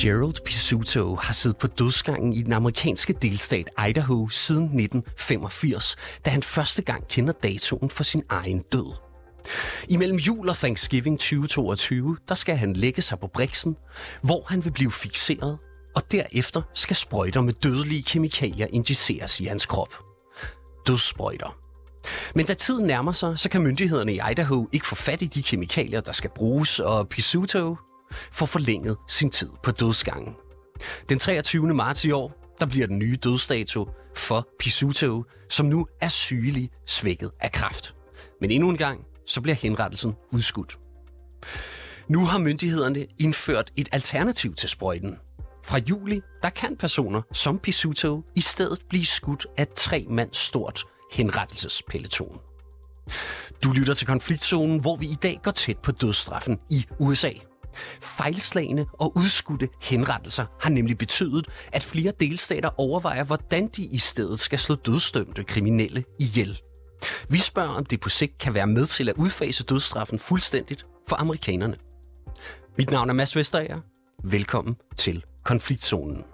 Gerald Pizzuto har siddet på dødsgangen i den amerikanske delstat Idaho siden 1985, da han første gang kender datoen for sin egen død. Imellem jul og Thanksgiving 2022, der skal han lægge sig på briksen, hvor han vil blive fikseret, og derefter skal sprøjter med dødelige kemikalier injiceres i hans krop. Dødssprøjter. Men da tiden nærmer sig, så kan myndighederne i Idaho ikke få fat i de kemikalier, der skal bruges, og Pizzuto får forlænget sin tid på dødsgangen. Den 23. marts i år, der bliver den nye dødsdato for Pizzuto, som nu er sygelig svækket af kræft. Men endnu en gang, så bliver henrettelsen udskudt. Nu har myndighederne indført et alternativ til sprøjten. Fra juli, der kan personer som Pizzuto i stedet blive skudt af 3 mands stort henrettelsespeloton. Du lytter til Konfliktzonen, hvor vi i dag går tæt på dødsstraffen i USA. Fejlslagende og udskudte henrettelser har nemlig betydet, at flere delstater overvejer, hvordan de i stedet skal slå dødsdømte kriminelle ihjel. Vi spørger, om det på sigt kan være med til at udfase dødsstraffen fuldstændigt for amerikanerne. Mit navn er Mads Vesterager. Velkommen til Konfliktzonen.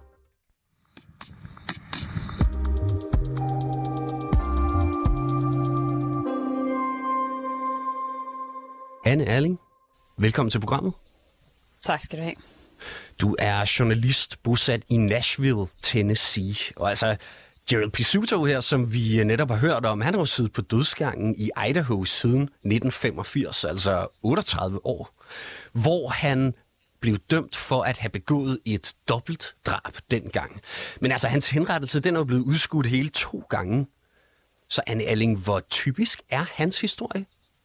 Anne Erling, velkommen til programmet. Tak skal du have. Du er journalist bosat i Nashville, Tennessee. Og altså, Gerald Pizzuto her, som vi netop har hørt om, han har jo siddet på dødsgangen i Idaho siden 1985, altså 38 år, hvor han blev dømt for at have begået et dobbeltdrab dengang. Men altså, hans henrettelse, den er jo blevet udskudt hele 2 gange. Så Anne Erling, hvor typisk er hans historie?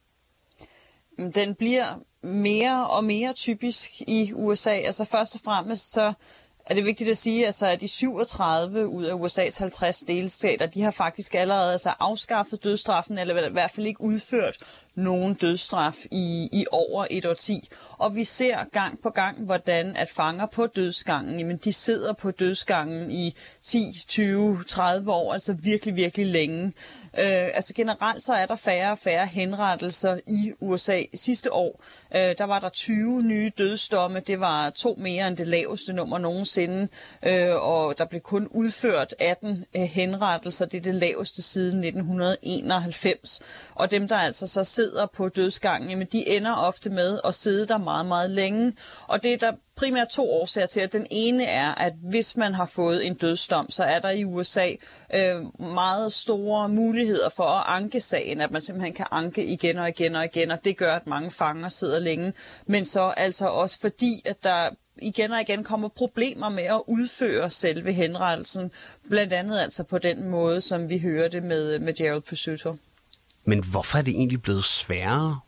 Den bliver mere og mere typisk i USA. Altså først og fremmest så er det vigtigt at sige, altså, at de 37 ud af USA's 50 delstater, de har faktisk allerede afskaffet dødsstraffen, eller i hvert fald ikke udført nogen dødsstraf i over et årti. Og vi ser gang på gang, hvordan at fanger på dødsgangen, jamen de sidder på dødsgangen i 10, 20, 30 år, altså virkelig, virkelig længe. Altså generelt så er der færre og færre henrettelser i USA. Sidste år, der var der 20 nye dødsdomme. Det var 2 mere end det laveste nummer nogensinde. Og der blev kun udført 18 henrettelser. Det er det laveste siden 1991. Og dem, der altså så sidder på dødsgangen, jamen de ender ofte med at sidde der meget, meget længe. Og det er der primært 2 årsager til, at den ene er, at hvis man har fået en dødsdom, så er der i USA meget store muligheder for at anke sagen, at man simpelthen kan anke igen og igen og igen, og det gør, at mange fanger sidder længe. Men så altså også fordi, at der igen og igen kommer problemer med at udføre selve henrettelsen, blandt andet altså på den måde, som vi hørte med Gerald Pizzuto. Men hvorfor er det egentlig blevet sværere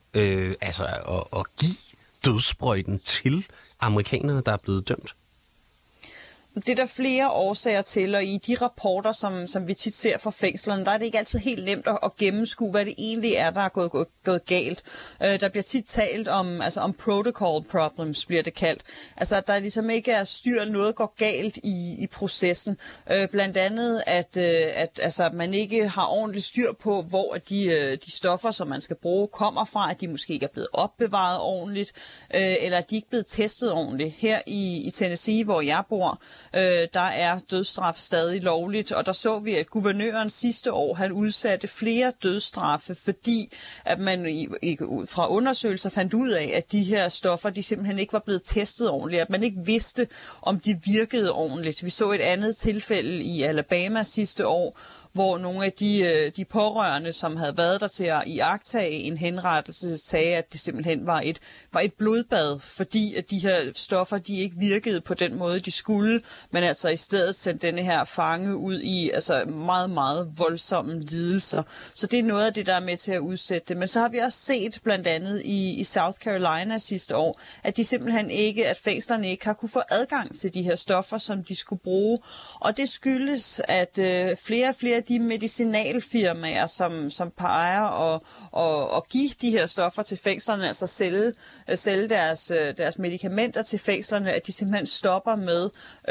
at give dødssprøjten til amerikanere, der er blevet dømt? Det er der flere årsager til, og i de rapporter, som vi tit ser fra fængslerne, der er det ikke altid helt nemt at gennemskue, hvad det egentlig er, der er gået galt. Der bliver tit talt om protocol problems, bliver det kaldt. Altså, at der ligesom ikke er styr, noget går galt i processen. Blandt andet, at man ikke har ordentligt styr på, hvor de stoffer, som man skal bruge, kommer fra, at de måske ikke er blevet opbevaret ordentligt, eller at de ikke er blevet testet ordentligt. Her i Tennessee, hvor jeg bor, der er dødsstraf stadig lovligt, og der så vi, at guvernøren sidste år, han udsatte flere dødsstraffe, fordi at man fra undersøgelser fandt ud af, at de her stoffer, de simpelthen ikke var blevet testet ordentligt, at man ikke vidste, om de virkede ordentligt. Vi så et andet tilfælde i Alabama sidste år, hvor nogle af de pårørende, som havde været der til at iagttage en henrettelse, sagde, at det simpelthen var et blodbad, fordi at de her stoffer, de ikke virkede på den måde, de skulle, men altså i stedet sendte denne her fange ud i meget, meget voldsomme lidelser. Så det er noget af det, der er med til at udsætte det. Men så har vi også set blandt andet i South Carolina sidste år, at de simpelthen ikke, at fængslerne ikke har kunne få adgang til de her stoffer, som de skulle bruge. Og det skyldes, at flere og flere af de medicinalfirmaer, som peger at give de her stoffer til fængslerne, altså sælge deres medicamenter til fængslerne, at de simpelthen stopper med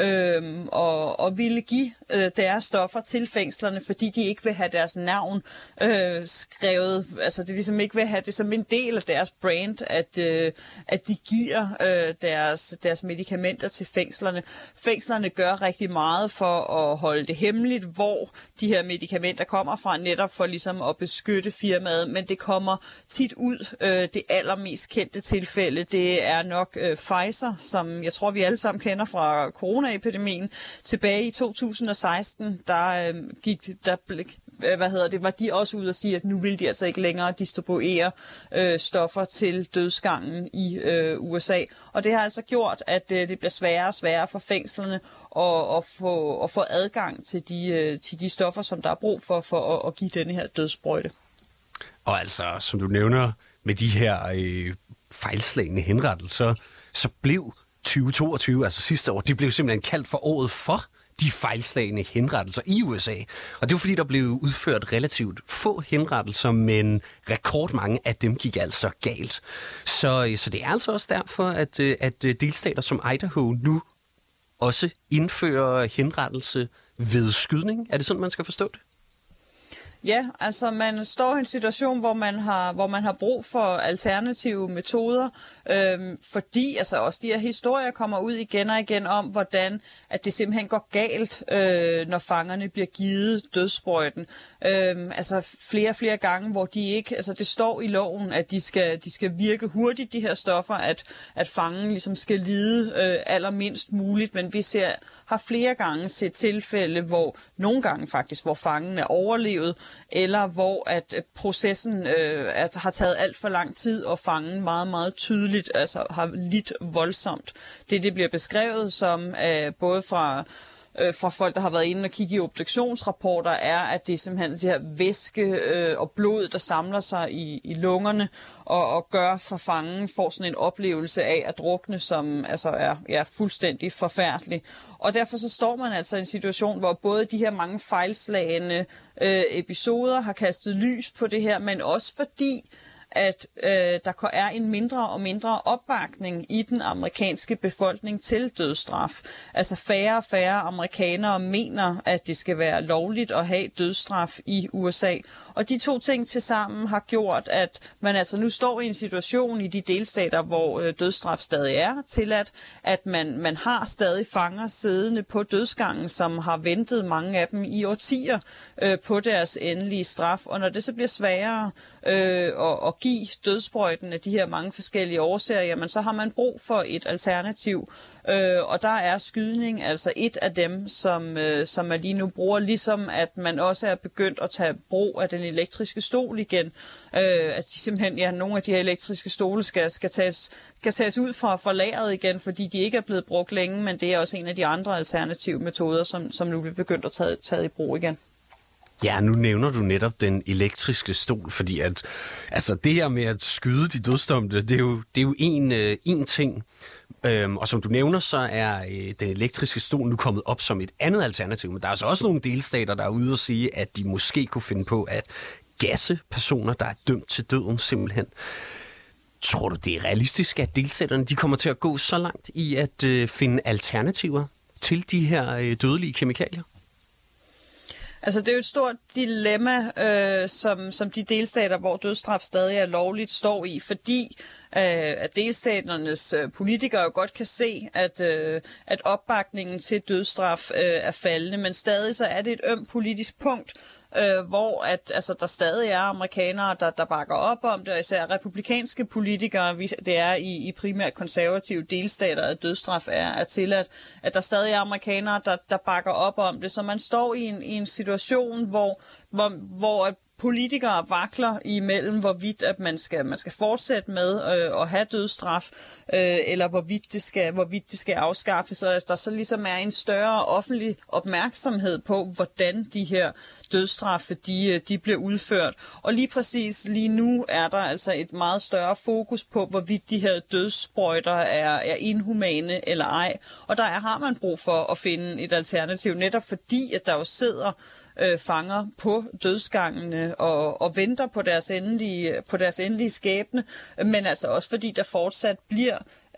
og ville give deres stoffer til fængslerne, fordi de ikke vil have deres navn skrevet. Altså det ligesom ikke vil have det som en del af deres brand, at de giver deres medicamenter til fængslerne. Fængslerne gør rigtig meget for at holde det hemmeligt, hvor de her medicamenter kommer fra, netop for ligesom at beskytte firmaet, men det kommer tit ud. Det allermest kendte tilfælde, det er nok Pfizer, som jeg tror, vi alle sammen kender fra coronaepidemien. Tilbage i 2016, var de også ude at sige, at nu vil de altså ikke længere distribuere stoffer til dødsgangen i USA. Og det har altså gjort, at det bliver sværere og sværere for fængslerne at få adgang til de stoffer, som der er brug for at give denne her dødsprøjte. Og altså, som du nævner, med de her fejlslagne henrettelser, så blev 2022, altså sidste år, det blev simpelthen kaldt for året for de fejlslagne henrettelser i USA. Og det var fordi, der blev udført relativt få henrettelser, men rekordmange af dem gik altså galt. Så det er altså også derfor, at delstater som Idaho nu også indfører henrettelse ved skydning. Er det sådan, man skal forstå det? Ja, altså man står i en situation, hvor man har brug for alternative metoder, fordi altså også de her historier kommer ud igen og igen om, hvordan at det simpelthen går galt, når fangerne bliver givet dødssprøjten. Altså flere gange, hvor de ikke, altså det står i loven, at de skal virke hurtigt, de her stoffer, at fangen ligesom skal lide allermindst muligt, men vi har flere gange set tilfælde, nogle gange faktisk, hvor fangen er overlevet, eller hvor at processen har taget alt for lang tid, og fangen meget, meget tydeligt altså har lidt voldsomt. Det bliver beskrevet som både fra folk, der har været inde og kigge i obduktionsrapporter, er, at det er simpelthen det her væske og blod, der samler sig i lungerne, og gør for fangen, får sådan en oplevelse af at drukne, som altså er fuldstændig forfærdelig. Og derfor så står man altså i en situation, hvor både de her mange fejlslagende episoder har kastet lys på det her, men også fordi at der er en mindre og mindre opbakning i den amerikanske befolkning til dødsstraf. Altså færre og færre amerikanere mener, at det skal være lovligt at have dødsstraf i USA. Og de to ting tilsammen har gjort, at man altså nu står i en situation i de delstater, hvor dødsstraf stadig er tilladt, at man har stadig fanger siddende på dødsgangen, som har ventet mange af dem i årtier på deres endelige straf. Og når det så bliver sværere at give dødssprøjten af de her mange forskellige årsager, jamen så har man brug for et alternativ. Og der er skydning altså et af dem, som man lige nu bruger, ligesom at man også er begyndt at tage brug af den elektriske stol igen. At de simpelthen, nogle af de her elektriske stole skal tages ud fra lageret igen, fordi de ikke er blevet brugt længe, men det er også en af de andre alternative metoder, som nu bliver begyndt at tage i brug igen. Ja, nu nævner du netop den elektriske stol, fordi at altså det her med at skyde de dødsdømte, det er jo en ting. Og som du nævner, så er den elektriske stol nu kommet op som et andet alternativ. Men der er altså også nogle delstater, der er ude og sige, at de måske kunne finde på at gasse personer, der er dømt til døden simpelthen. Tror du, det er realistisk, at delstaterne de kommer til at gå så langt i at finde alternativer til de her dødelige kemikalier? Altså det er jo et stort dilemma, som de delstater, hvor dødsstraf stadig er lovligt, står i, fordi at delstaternes politikere jo godt kan se, at opbakningen til dødsstraf er faldende, men stadig så er det et ømt politisk punkt, hvor der stadig er amerikanere, der bakker op om det, og især republikanske politikere, det er i primært konservative delstater, at dødsstraf er tilladt, at der stadig er amerikanere, der bakker op om det. Så man står i en situation, hvor politikere vakler imellem, hvorvidt at man skal fortsætte med at have dødsstraf, eller hvorvidt det skal afskaffes, så der så ligesom er en større offentlig opmærksomhed på, hvordan de her dødsstraffe de bliver udført. Og lige nu er der altså et meget større fokus på, hvorvidt de her dødssprøjter er inhumane eller ej. Og der har man brug for at finde et alternativ, netop fordi at der jo sidder fanger på dødsgangene og venter på deres endelige skæbne, men altså også fordi der fortsat bliver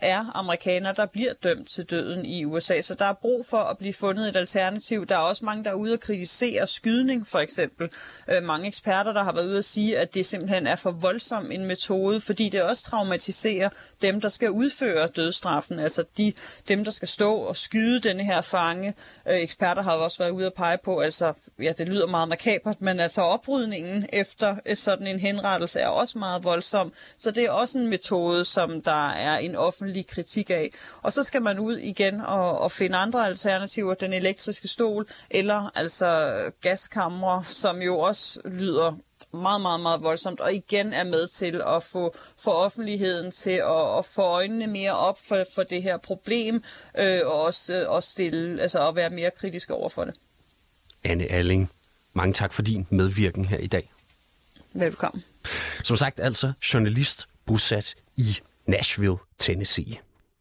er amerikanere, der bliver dømt til døden i USA. Så der er brug for at blive fundet et alternativ. Der er også mange, der er ude og kritisere skydning, for eksempel. Mange eksperter, der har været ude at sige, at det simpelthen er for voldsom en metode, fordi det også traumatiserer dem, der skal udføre dødsstraffen. Altså dem, der skal stå og skyde denne her fange. Eksperter har også været ude at pege på, altså, ja, det lyder meget makabert, men altså oprydningen efter sådan en henrettelse er også meget voldsom. Så det er også en metode, som der er en offentlig kritik af. Og så skal man ud igen og finde andre alternativer, den elektriske stol, eller altså gaskamre, som jo også lyder meget, meget, meget voldsomt, og igen er med til at få offentligheden til at få øjnene mere op for det her problem, og også stille, altså at være mere kritisk over for det. Anne Alling, mange tak for din medvirken her i dag. Velkommen. Som sagt altså journalist bosat i Nashville, Tennessee.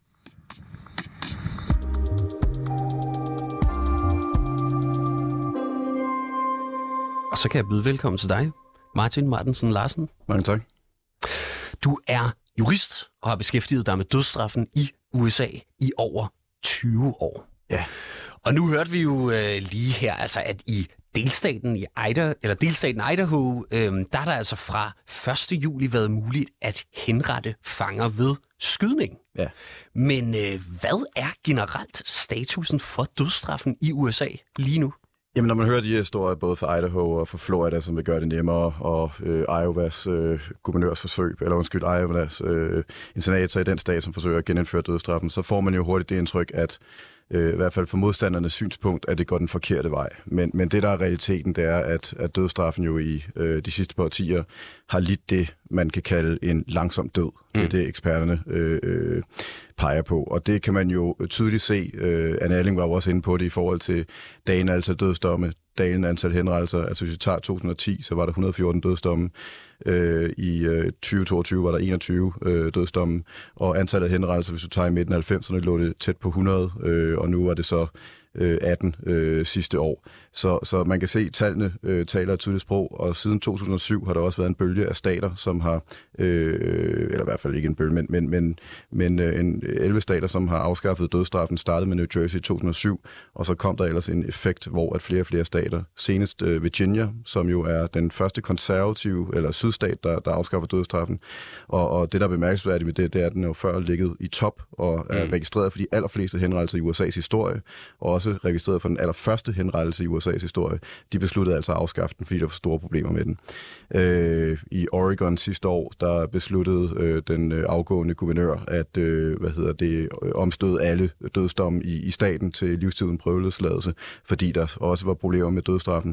Og så kan jeg byde velkommen til dig, Martin Martensen Larsen. Mange tak. Du er jurist og har beskæftiget dig med dødsstraffen i USA i over 20 år. Ja. Og nu hørte vi jo lige her, altså at i delstaten Idaho, der er der altså fra 1. juli været muligt at henrette fanger ved skydning. Ja. Men hvad er generelt statusen for dødsstraffen i USA lige nu? Jamen, når man hører de historier både fra Idaho og fra Florida, som vil gøre det nemmere, og Iowas guvernørsforsøg, Iowas en senator i den stat, som forsøger at genindføre dødsstraffen, så får man jo hurtigt det indtryk, at i hvert fald for modstandernes synspunkt, at det går den forkerte vej. Men det, der er realiteten, det er, at dødsstraffen jo i de sidste par årtier har lidt det, man kan kalde en langsom død. Det er det, eksperterne peger på. Og det kan man jo tydeligt se. Anne Alling var jo også inde på det i forhold til dalende antal dødsdomme, dalende antal henrettelser. Altså hvis vi tager 2010, så var der 114 dødsdomme. I 2022 var der 21 dødsdomme, og antallet af henrettelser, hvis du tager i midten af 90'erne, lå det tæt på 100, og nu er det så 18 sidste år. Så man kan se, at tallene taler et tydeligt sprog, og siden 2007 har der også været en bølge af stater, som har, eller i hvert fald ikke en bølge, men 11 stater, som har afskaffet dødsstraffen, startede med New Jersey i 2007, og så kom der ellers en effekt, hvor at flere og flere stater, senest Virginia, som jo er den første konservative, eller sydstat, der afskaffer dødsstraffen, og det, der er bemærkelsesværdigt med det, er, at den jo før ligget i top, og er registreret for de allerfleste henrettelser i USA's historie, og også registreret for den allerførste henrettelse i USA's historie. De besluttede altså at afskaffe den, fordi der var store problemer med den. I Oregon sidste år, der besluttede den afgående guvernør at omstøde alle dødsdomme i staten til livstid uden prøveløsladelse, fordi der også var problemer med dødsstraffen.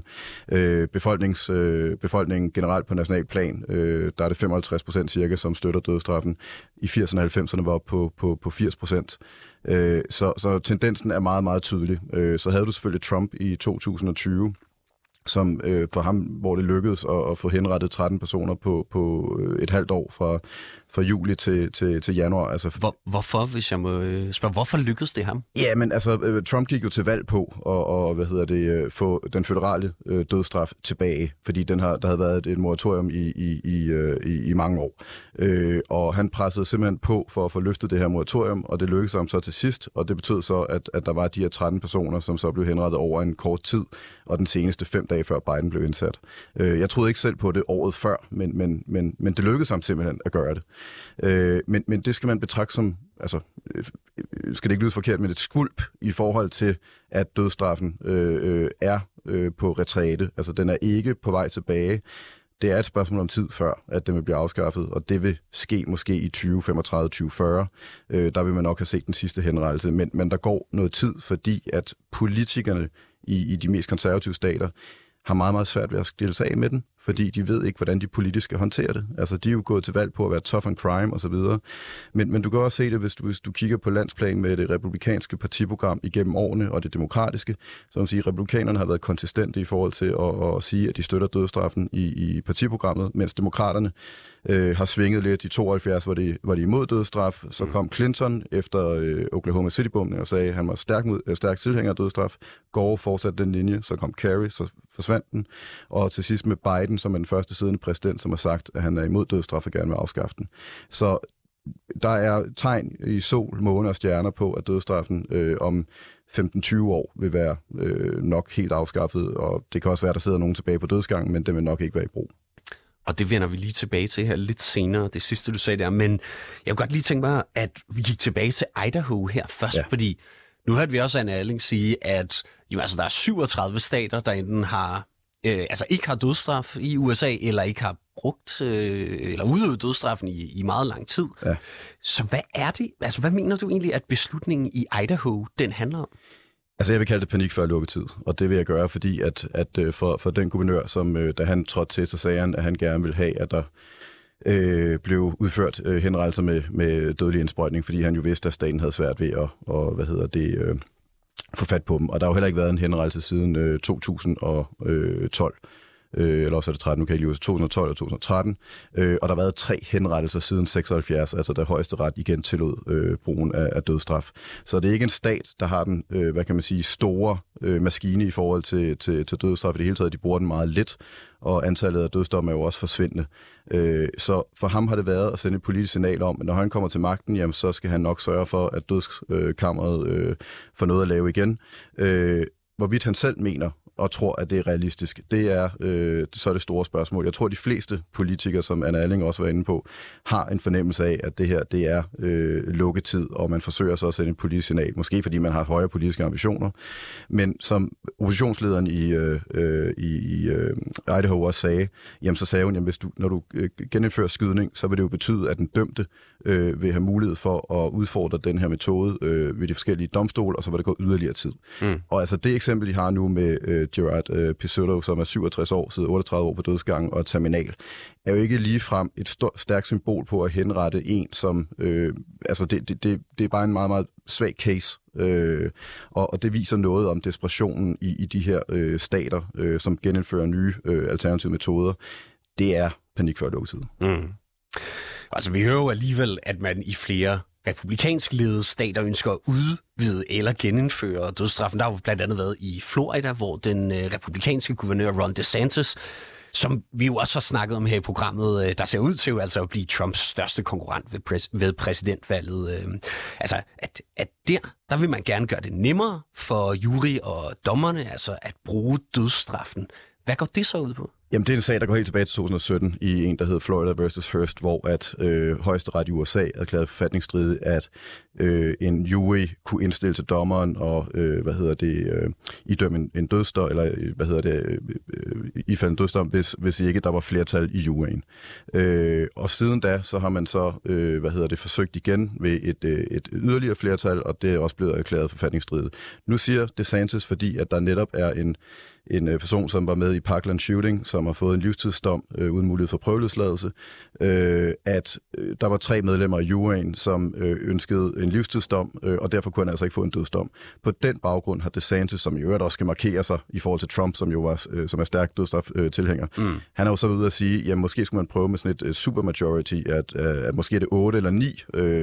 Befolkningen generelt på national plan, der er det 55% cirka, som støtter dødsstraffen. I 80'erne og 90'erne var på 80%. Så tendensen er meget, meget tydelig. Så havde du selvfølgelig Trump i 2020, som for ham, hvor det lykkedes at få henrettet 13 personer på et halvt år fra juli til januar. Altså, hvorfor, hvis jeg må spørge, hvorfor lykkedes det ham? Ja, men altså, Trump gik jo til valg på at få den føderale dødsstraf tilbage, fordi der havde været et moratorium i mange år. Og han pressede simpelthen på for at få løftet det her moratorium, og det lykkedes ham så til sidst, og det betød så, at der var de her 13 personer, som så blev henrettet over en kort tid, og den seneste 5 dage før Biden blev indsat. Jeg troede ikke selv på det året før, men det lykkedes ham simpelthen at gøre det. Men det skal man betragte som, altså, skal det ikke lyde forkert, men et skvulp i forhold til, at dødsstraffen er på retræte. Altså, den er ikke på vej tilbage. Det er et spørgsmål om tid før, at den vil blive afskaffet, og det vil ske måske i 2035, 2040. Der vil man nok have set den sidste henrettelse, men der går noget tid, fordi at politikerne i de mest konservative stater har meget, meget svært ved at skille sig af med den, fordi de ved ikke, hvordan de politisk skal håndtere det. Altså, de er jo gået til valg på at være tough on crime og så videre. Men du kan også se det, hvis du kigger på landsplan med det republikanske partiprogram igennem årene og det demokratiske. Så man siger, republikanerne har været konsistente i forhold til at sige, at de støtter dødsstraffen i partiprogrammet, mens demokraterne har svinget lidt. I 72 var de imod dødsstraf. Så kom Clinton efter Oklahoma City-bombning og sagde, at han var stærk tilhænger af dødsstraf. Gore fortsatte den linje. Så kom Kerry, så forsvandt den. Og til sidst med Biden, som er den første siddende præsident, som har sagt, at han er imod dødsstraf og gerne vil afskaffe den. Så der er tegn i sol, måne og stjerner på, at dødsstraffen om 15-20 år vil være nok helt afskaffet, og det kan også være, at der sidder nogen tilbage på dødsgangen, men det vil nok ikke være i brug. Og det vender vi lige tilbage til her lidt senere, det sidste du sagde der, men jeg kunne godt lige tænke mig, at vi gik tilbage til Idaho her først, fordi nu hørte vi også Anne Alling sige, at jo, altså, der er 37 stater, der enten har, ikke har dødsstraf i USA, eller ikke har brugt eller udøvet dødsstraffen i meget lang tid. Ja. Så hvad er det? Altså, hvad mener du egentlig, at beslutningen i Idaho, den handler om? Altså, jeg vil kalde det panik før lukketid, og det vil jeg gøre, fordi at for den guvernør, som da han trådte til, så sagde han, at han gerne ville have, at der blev udført henrettelser med dødelig indsprøjtning, fordi han jo vidste, at staten havde svært ved at få fat på dem. Og der har jo heller ikke været en henrettelse siden 2012. Eller også er det 13, nu kan jeg lige huske, 2012 og 2013. Og der har været 3 henrettelser siden 76, altså da Højesteret igen tillod brugen af dødsstraf. Så det er ikke en stat, der har den, store maskine i forhold til dødsstraf. I det hele taget, de bruger den meget lidt, og antallet af dødsdomme er jo også forsvindende. Så for ham har det været at sende et politisk signal om, at når han kommer til magten, jamen, så skal han nok sørge for, at dødskammeret får noget at lave igen. Hvorvidt han selv mener og tror, at det er realistisk, det er så det store spørgsmål. Jeg tror, de fleste politikere, som Anne Alling også var inde på, har en fornemmelse af, at det her det er lukketid, og man forsøger så at sende et politisk signal. Måske fordi man har højere politiske ambitioner. Men som oppositionslederen i Idaho også sagde, jamen så sagde hun, jamen, når du genindfører skydning, så vil det jo betyde, at den dømte vil have mulighed for at udfordre den her metode ved de forskellige domstole, og så vil det gå yderligere tid. Og altså det eksempel, de har nu med Gerard Pizzuto, som er 67 år, sidder 38 år på dødsgangen og er terminal, er jo ikke ligefrem et stærkt symbol på at henrette en, som det er bare en meget, meget svag case. Og det viser noget om desperationen i de her stater, som genindfører nye alternative metoder. Det er panik før lukketid. Altså, vi hører jo alligevel, at man i flere republikansk ledede stater ønsker at udvide eller genindføre dødsstraffen. Der har jo blandt andet været i Florida, hvor den republikanske guvernør Ron DeSantis, som vi jo også har snakket om her i programmet, der ser ud til jo altså at blive Trumps største konkurrent ved præsidentvalget. At der vil man gerne gøre det nemmere for jury og dommerne, altså at bruge dødsstraffen. Hvad går det så ud på? Jamen, det er en sag, der går helt tilbage til 2017 i en, der hedder Florida versus Hearst, hvor at Højesteret i USA erklærede forfatningsstridigt, at en jury kunne indstille til dommeren og idømme en dødsdom, eller ifalde en dødsdom, hvis ikke der var flertal i juryen. Og siden da, så har man så forsøgt igen ved et yderligere flertal, og det er også blevet erklæret forfatningsstridigt. Nu siger DeSantis, fordi at der netop er en person, som var med i Parkland Shooting, som har fået en livstidsdom uden mulighed for prøveløsladelse, at der var 3 medlemmer af juryen, som ønskede en livstidsdom, og derfor kunne han altså ikke få en dødsdom. På den baggrund har DeSantis, som i øvrigt også skal markere sig i forhold til Trump, som er stærk dødsstraf-tilhænger, han har jo så været ude at sige, at måske skulle man prøve med sådan et supermajority, at måske er det 8 eller 9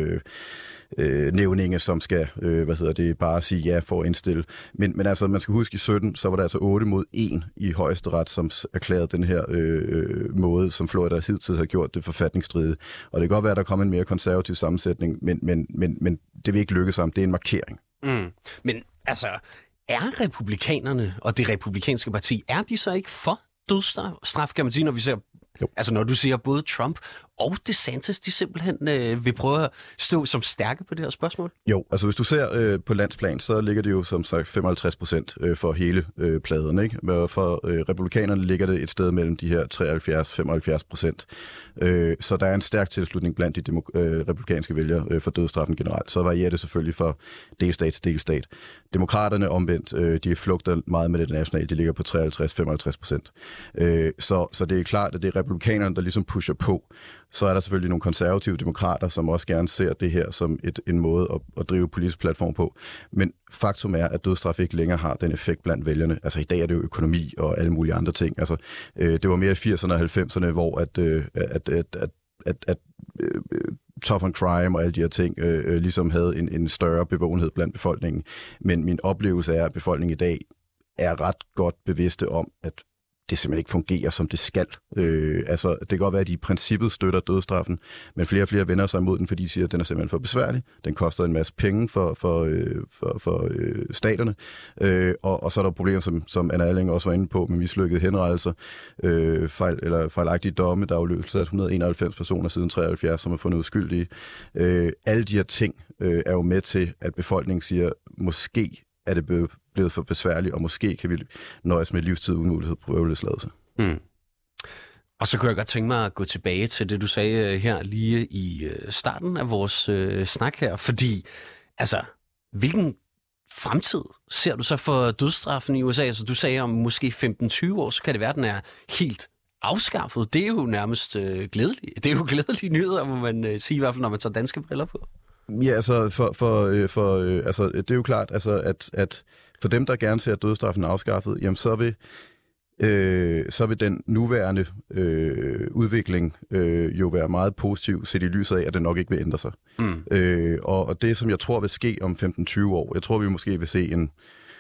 nævninge, som skal bare sige ja for at indstille. Men altså, man skal huske, i 17, så var der altså 8-1 i Højesteret, som erklærede den her måde, som Florida hidtil har gjort det forfatningsstridigt. Og det kan godt være, at der kommer en mere konservativ sammensætning, men det vil ikke lykkes ham. Det er en markering. Men altså, er republikanerne og det republikanske parti, er de så ikke for dødsstraf, kan man sige, når vi ser... Jo. Altså når du siger både Trump og DeSantis, de simpelthen vil prøve at stå som stærke på det her spørgsmål? Jo, altså hvis du ser på landsplan, så ligger det jo som sagt 55% for hele pladen, ikke? For republikanerne ligger det et sted mellem de her 73-75%. Så der er en stærk tilslutning blandt de republikanske vælgere for dødsstraffen generelt. Så varierer det selvfølgelig fra delstat til delstat. Demokraterne omvendt, de flugter meget med det nationale, de ligger på 53-55%. Så det er klart, at det er republikanerne, der ligesom pusher på. Så er der selvfølgelig nogle konservative demokrater, som også gerne ser det her som en måde at drive politisk platform på. Men faktum er, at dødsstraf ikke længere har den effekt blandt vælgerne. Altså i dag er det jo økonomi og alle mulige andre ting. Altså det var mere i 80'erne og 90'erne, hvor at tough on crime og alle de her ting ligesom havde en større bevågenhed blandt befolkningen. Men min oplevelse er, at befolkningen i dag er ret godt bevidste om, at det simpelthen ikke fungerer, som det skal. Altså, det kan godt være, at de i princippet støtter dødsstraffen, men flere og flere vender sig imod den, fordi de siger, at den er simpelthen for besværlig. Den koster en masse penge for staterne. Og så er der problemer, som Anna Alling også var inde på, med mislykkede henrettelser, fejlagtige domme, der er jo løbet 191 personer siden 73, som er fundet uskyldige. Alle de her ting er jo med til, at befolkningen siger, måske er det blevet for besværligt, og måske kan vi nøjes med livstid uden mulighed for prøveløsladelse. Og så kunne jeg godt tænke mig at gå tilbage til det, du sagde her lige i starten af vores snak her, fordi altså, hvilken fremtid ser du så for dødsstraffen i USA? Altså, du sagde om måske 15-20 år, så kan det være, at den er helt afskaffet. Det er jo nærmest glædeligt. Det er jo glædelige nyheder, må man sige, i hvert fald, når man tager danske briller på. Ja, altså, altså det er jo klart, altså, at for dem, der gerne ser, at dødsstraffen er afskaffet, jamen, så vil den nuværende udvikling jo være meget positiv, set i lyset af, at det nok ikke vil ændre sig. Og det, som jeg tror vil ske om 15-20 år, jeg tror, vi måske vil se en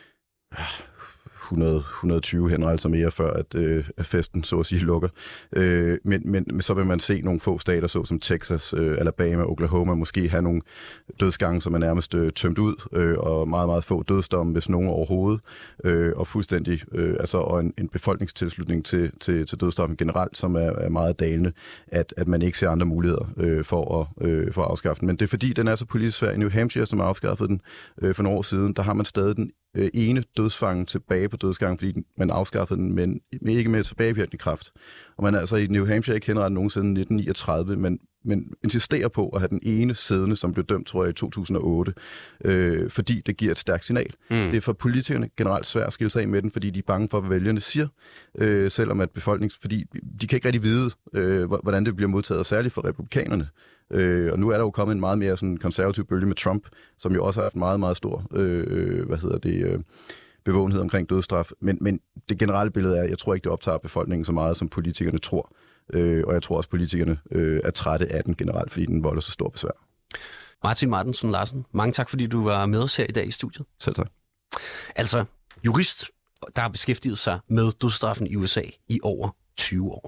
120 henrettelser mere, før at festen, så at sige, lukker. Men så vil man se nogle få stater, så som Texas, Alabama, Oklahoma, måske have nogle dødsgange, som er nærmest tømt ud, og meget, meget få dødsdomme, hvis nogen overhovedet, og fuldstændig, og en befolkningstilslutning til dødsstraffen generelt, som er meget dalende, at man ikke ser andre muligheder for at afskaffe den. Men det er fordi, den er så politisk svær. I New Hampshire, som har afskaffet den for nogle år siden, der har man stadig den ene dødsfange tilbage på dødsgangen, fordi man afskaffede den, men ikke med tilbagevirkende kraft. Og man er altså i New Hampshire ikke henrettet nogen siden 1939, men insisterer på at have den ene siddende, som blev dømt, tror jeg, i 2008, fordi det giver et stærkt signal. Det er for politikerne generelt svært at skille sig af med den, fordi de er bange for, hvad vælgerne siger, selvom at fordi de kan ikke rigtig vide, hvordan det bliver modtaget, særligt for republikanerne. Og nu er der jo kommet en meget mere sådan konservativ bølge med Trump, som jo også har haft meget, meget stor bevågenhed omkring dødsstraf. Men det generelle billede er, jeg tror ikke, det optager befolkningen så meget, som politikerne tror. Og jeg tror også, politikerne er trætte af den generelt, fordi den volder så stor besvær. Martin Martensen Larsen, mange tak, fordi du var med os her i dag i studiet. Selv tak. Altså, jurist, der har beskæftiget sig med dødsstraffen i USA i over 20 år.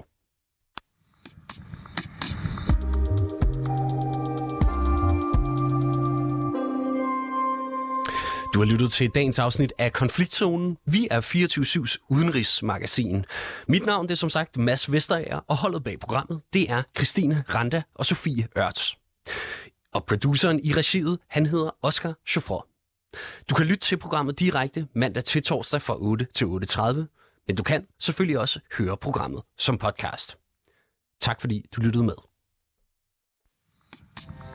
Du har lyttet til dagens afsnit af Konfliktzonen. Vi er 24/7's udenrigsmagasin. Mit navn det er som sagt Mads Vesterager, og holdet bag programmet, det er Christine Randa og Sofie Ørts. Og produceren i regiet, han hedder Oscar Chauffeur. Du kan lytte til programmet direkte mandag til torsdag fra 8 til 8:30, men du kan selvfølgelig også høre programmet som podcast. Tak fordi du lyttede med.